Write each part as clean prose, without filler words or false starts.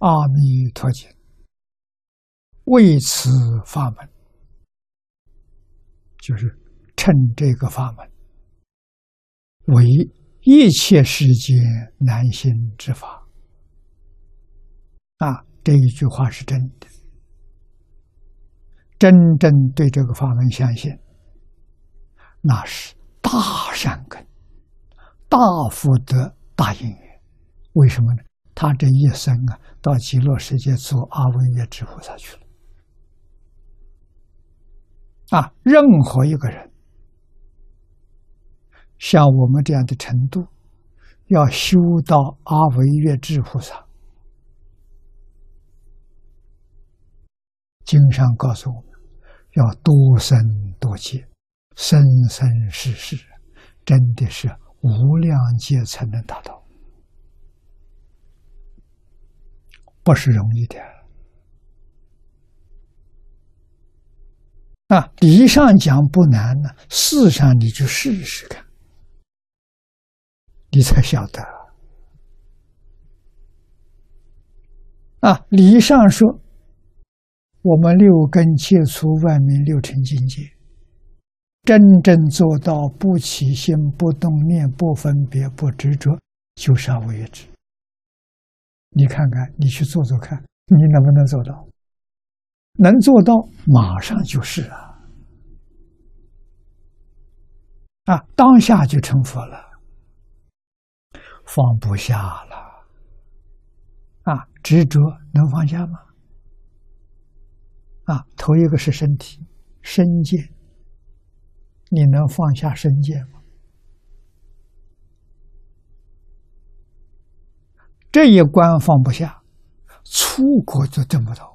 阿弥陀经》为此法门，就是趁这个法门为一切世间难行之法。这一句话是真的，真正对这个法门相信，那是大善根、大福德、大因缘。为什么呢？他这一生到极乐世界做阿惟越致菩萨去了。任何一个人像我们这样的程度，要修到阿惟越致菩萨，经上告诉我们，要多生多劫，生生世世，真的是无量劫才能达到，不是容易的。理上讲不难呢，事上你就试试看，你才晓得。理上说，我们六根接触外面六尘境界，真正做到不起心、不动念、不分别、不执着，就是阿惟越致。你看看，你去做做看，你能不能做到？能做到，马上就是当下就成佛了，放不下了。执着能放下吗？头一个是身体，身见，你能放下身见吗？这一关放不下，出国就证不到。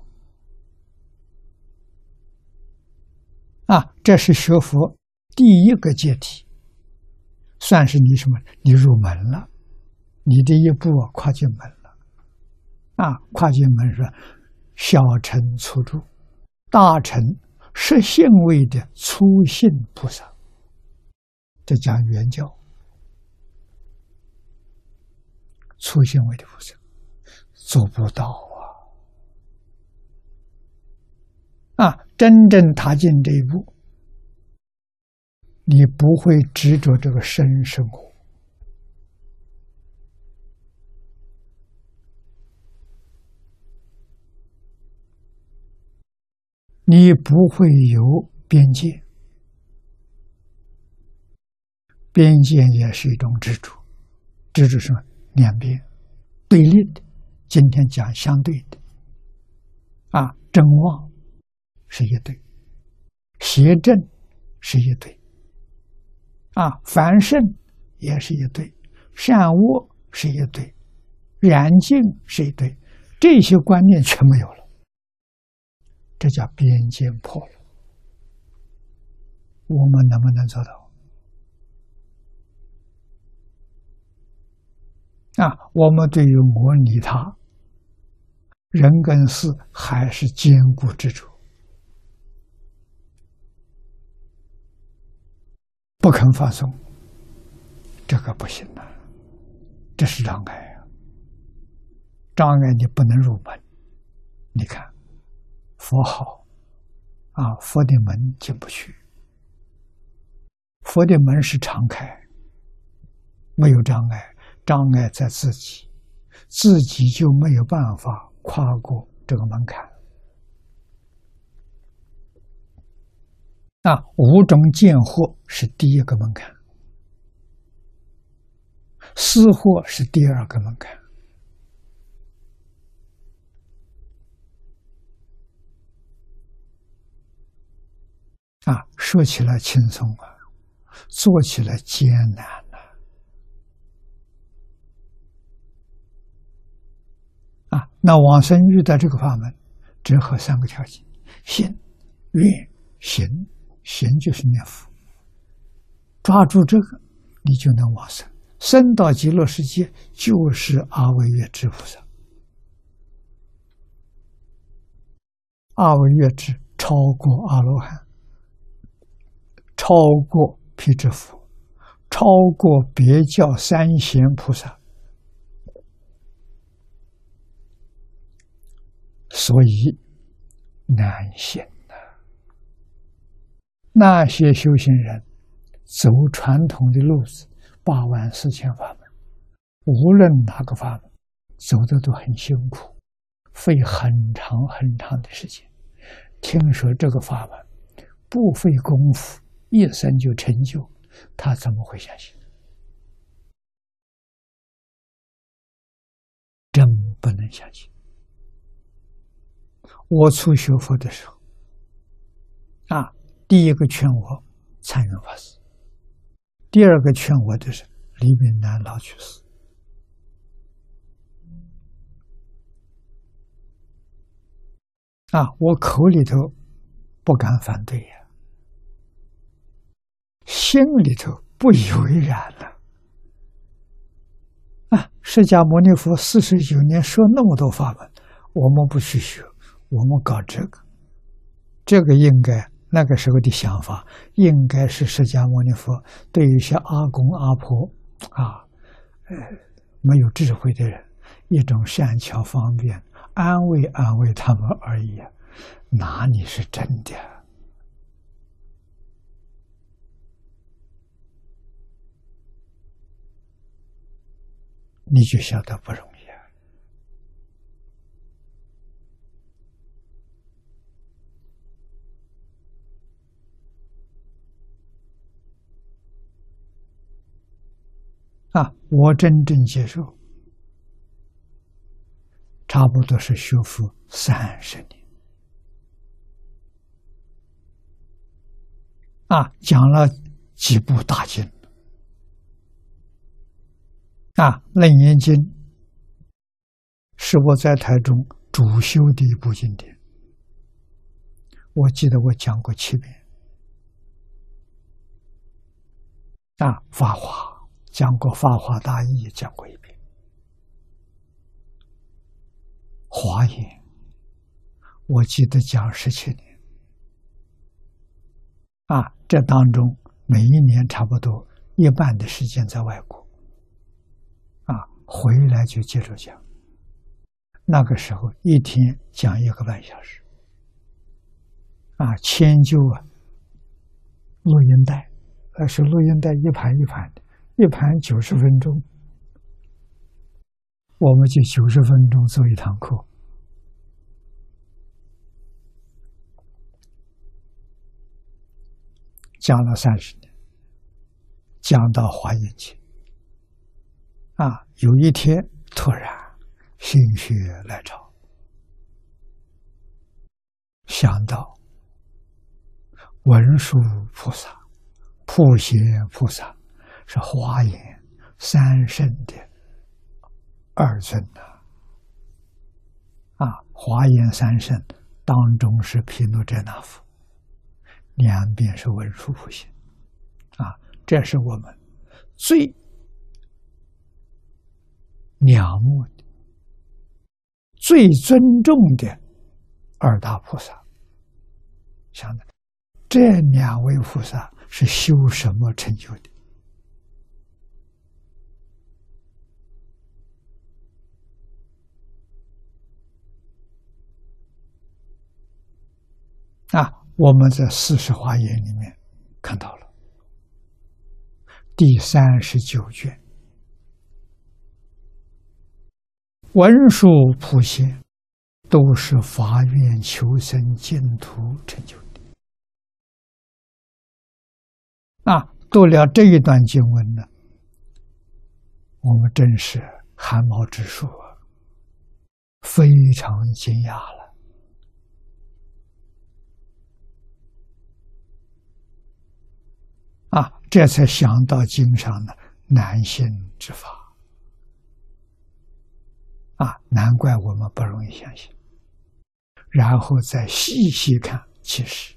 这是学佛第一个阶梯，算是你什么？你入门了，你这一步跨进门了。跨进门是小乘初住，大乘实性位的初信菩萨，这讲圆教。初信位的菩萨做不到真正踏进这一步，你不会执着这个身生活，你不会有边界，边界也是一种执着。执着是两边对立的，今天讲相对的。正妄是一对，邪正是一对，凡圣也是一对，善恶是一对，染净是一对，这些观念全没有了，这叫边界破了。我们能不能做到？我们对于我你他人跟事还是坚固执着，不肯放松，这个不行这是障碍障碍你不能入门。你看佛好佛的门进不去，佛的门是常开，没有障碍，障碍在自己，自己就没有办法跨过这个门槛。五种见惑是第一个门槛，思惑是第二个门槛。说起来轻松做起来艰难那往生遇到这个法门，只合三个条件：信、愿、行。行就是念佛，抓住这个，你就能往生。生到极乐世界就是阿惟越致菩萨。阿惟越致超过阿罗汉，超过辟支佛，超过别教三贤菩萨。 所以难行啊。那些修行人走传统的路子，84000法门，无论哪个法门，走的都很辛苦，费很长很长的时间。听说这个法门不费功夫，一生就成就，他怎么会相信？真不能相信。我初学佛的时候，第一个劝我参云法师，第二个劝我的是李炳南老居士。我口里头不敢反对呀，心里头不以为然了。释迦牟尼佛49年说那么多法门，我们不去学，我们搞这个应该那个时候的想法，应该是释迦牟尼佛对于一些阿公阿婆没有智慧的人，一种善巧方便，安慰安慰他们而已，哪里是真的？你就晓得不容易我真正接受，差不多是修复30年。讲了几部大经。楞严经是我在台中主修的一部经典，我记得我讲过7遍。法华讲过，法华大义讲过1遍，华严我记得讲17年。这当中每一年差不多1半的时间在外国，回来就接着讲。那个时候一天讲1个半小时，迁就录音带，是录音带一盘一盘的，一盘90分钟，我们就90分钟做一堂课。讲了30年，讲到华严经。有一天突然心血来潮，想到文殊菩萨、普贤菩萨是华严3圣的2尊华严3圣当中是毗卢遮那佛，2边是文殊普贤，这是我们最仰慕的、最尊重的2大菩萨。想的这2位菩萨是修什么成就的？我们在40华严里面看到了第39卷，文殊普贤都是发愿求生净土成就的。读了这一段经文呢，我们真是汗毛直竖非常惊讶了。这才想到经上的难信之法。难怪我们不容易相信。然后再细细看，其实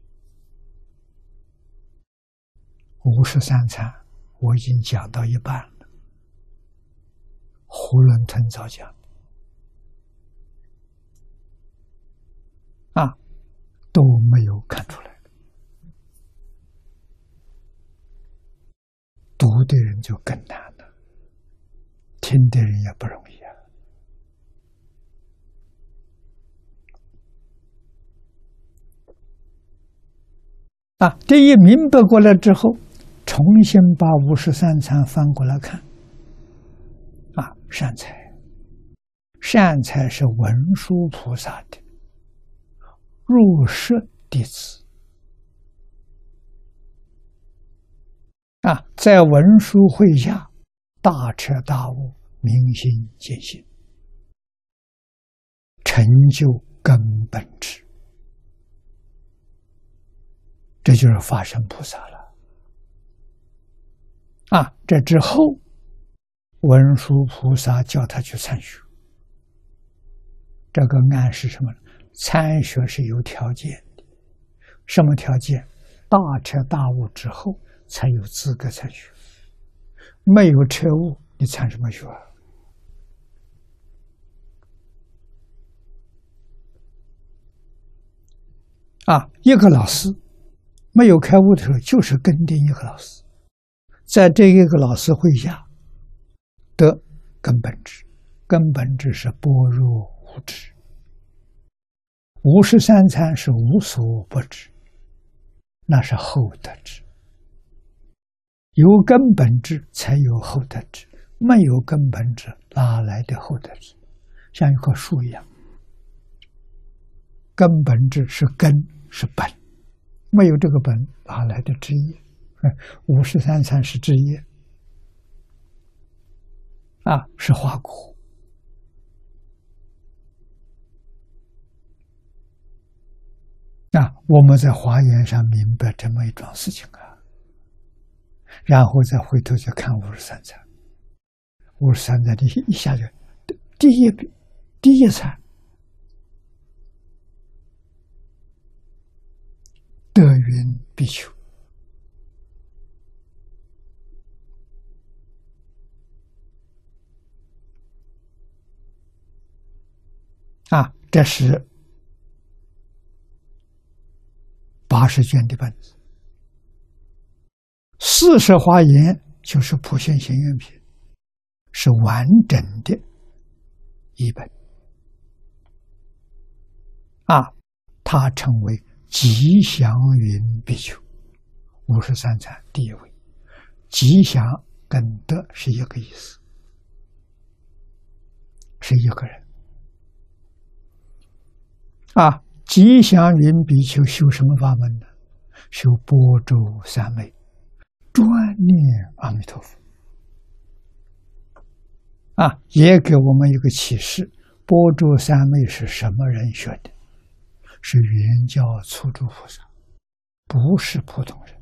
53参我已经讲到一半了，囫囵吞枣讲都没有看出来。读的人就更难了，听的人也不容易这一明白过来之后，重新把53参翻过来看。善财，善财是文殊菩萨的入室弟子。在文殊会下大彻大悟，明心见性，成就根本智，这就是法身菩萨了。这之后文殊菩萨叫他去参学，这个暗示什么呢？参学是有条件的，什么条件？大彻大悟之后才有资格参学，没有彻悟，你参什么学一个老师没有开悟的时候，就是跟定一个老师，在这一个老师会下得根本智，根本智是般若无知，53参是无所不知，那是后得智。有根本智才有后得智，没有根本智哪来的后得智？像一棵树一样，根本智是根是本，没有这个本哪来的枝叶？53参是枝叶是花果。我们在华严上明白这么一桩事情然后再回头去看53参，53参的一下就第一参德云比丘这是80卷的本子，40华严就是普贤行愿品，是完整的一本他称为吉祥云比丘，53参第一位。吉祥跟德是一个意思，是一个人吉祥云比丘修什么法门呢？修般舟三昧，专念阿弥陀佛也给我们一个启示：般舟三昧是什么人学的？是圆教初住菩萨，不是普通人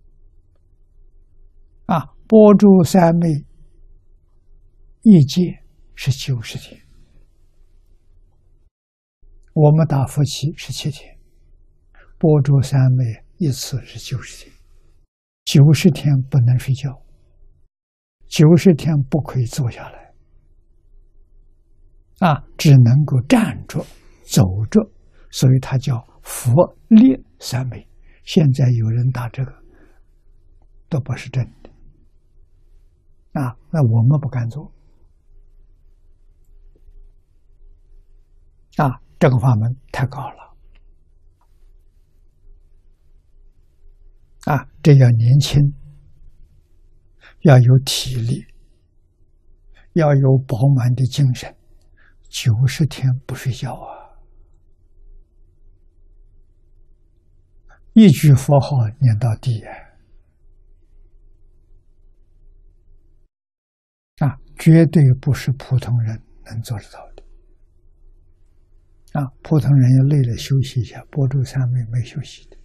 般舟三昧一戒是90天，我们打佛七是7天，般舟三昧一次是90天，90天不能睡觉，90天不可以坐下来只能够站着走着，所以它叫佛列三昧。现在有人打这个都不是真的那我们不敢做这个法门太高了这要年轻，要有体力，要有饱满的精神，90天不睡觉一句佛号念到底绝对不是普通人能做得到的普通人要累了休息一下，般舟三昧没休息的